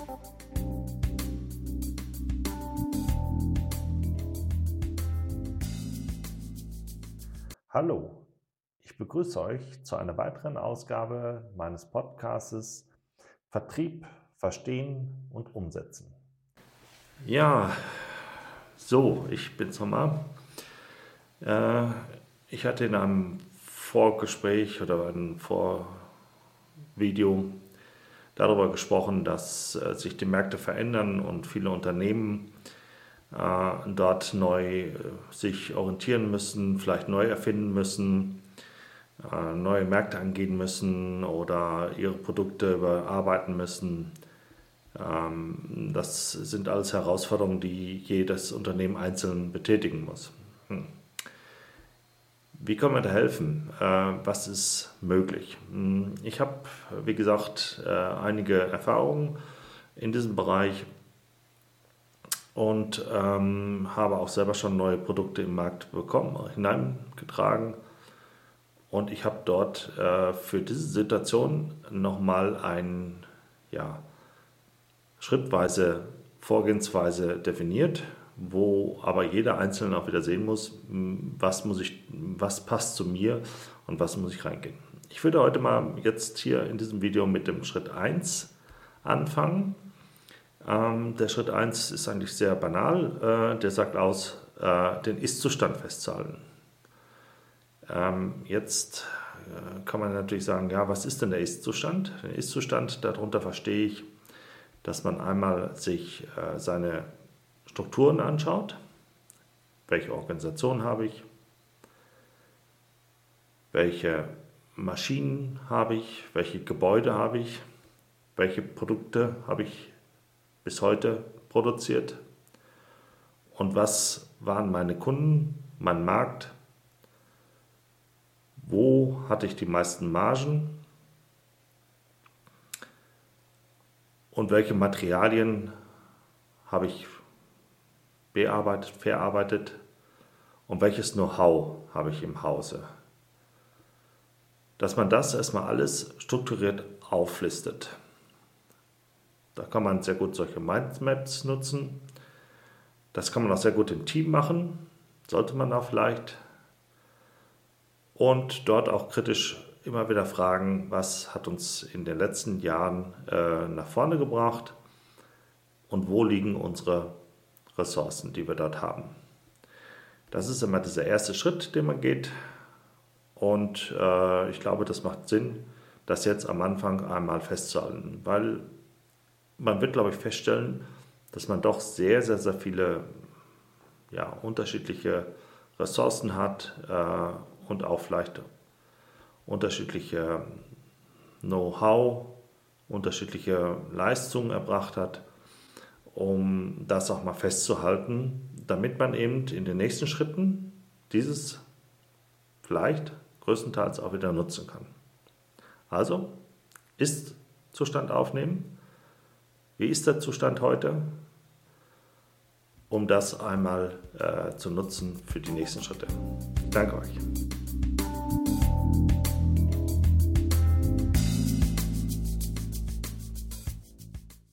Hallo, ich begrüße euch zu einer weiteren Ausgabe meines Podcastes Vertrieb, Verstehen und Umsetzen. Ja, ich bin's nochmal. Ich hatte in einem Vorgespräch oder einem Vorvideo darüber gesprochen, dass sich die Märkte verändern und viele Unternehmen dort neu sich orientieren müssen, vielleicht neu erfinden müssen, neue Märkte angehen müssen oder ihre Produkte überarbeiten müssen. Das sind alles Herausforderungen, die jedes Unternehmen einzeln betätigen muss. Wie können wir da helfen? Was ist möglich? Ich habe, wie gesagt, einige Erfahrungen in diesem Bereich und habe auch selber schon neue Produkte im Markt bekommen, hineingetragen. Und ich habe dort für diese Situation nochmal ein schrittweise Vorgehensweise definiert, wo aber jeder Einzelne auch wieder sehen muss, was passt zu mir und was muss ich reingehen. Ich würde heute mal jetzt hier in diesem Video mit dem Schritt 1 anfangen. Der Schritt 1 ist eigentlich sehr banal, der sagt aus, den Ist-Zustand festzuhalten. Jetzt kann man natürlich sagen, ja, was ist denn der Ist-Zustand? Den Ist-Zustand, darunter verstehe ich, dass man einmal sich seine Strukturen anschaut. Welche Organisation habe ich? Welche Maschinen habe ich? Welche Gebäude habe ich? Welche Produkte habe ich bis heute produziert? Und was waren meine Kunden, mein Markt? Wo hatte ich die meisten Margen? Und welche Materialien habe ich bearbeitet, verarbeitet und welches Know-how habe ich im Hause? Dass man das erstmal alles strukturiert auflistet. Da kann man sehr gut solche Mindmaps nutzen. Das kann man auch sehr gut im Team machen, sollte man auch vielleicht. Und dort auch kritisch immer wieder fragen, was hat uns in den letzten Jahren nach vorne gebracht und wo liegen unsere Ressourcen, die wir dort haben. Das ist immer dieser erste Schritt, den man geht. Und ich glaube, das macht Sinn, das jetzt am Anfang einmal festzuhalten, weil man wird, glaube ich, feststellen, dass man doch sehr, sehr, sehr viele unterschiedliche Ressourcen hat und auch vielleicht unterschiedliche Know-how, unterschiedliche Leistungen erbracht hat, um das auch mal festzuhalten, damit man eben in den nächsten Schritten dieses vielleicht größtenteils auch wieder nutzen kann. Also, Ist-Zustand aufnehmen. Wie ist der Zustand heute? Um das einmal zu nutzen für die nächsten Schritte. Danke euch.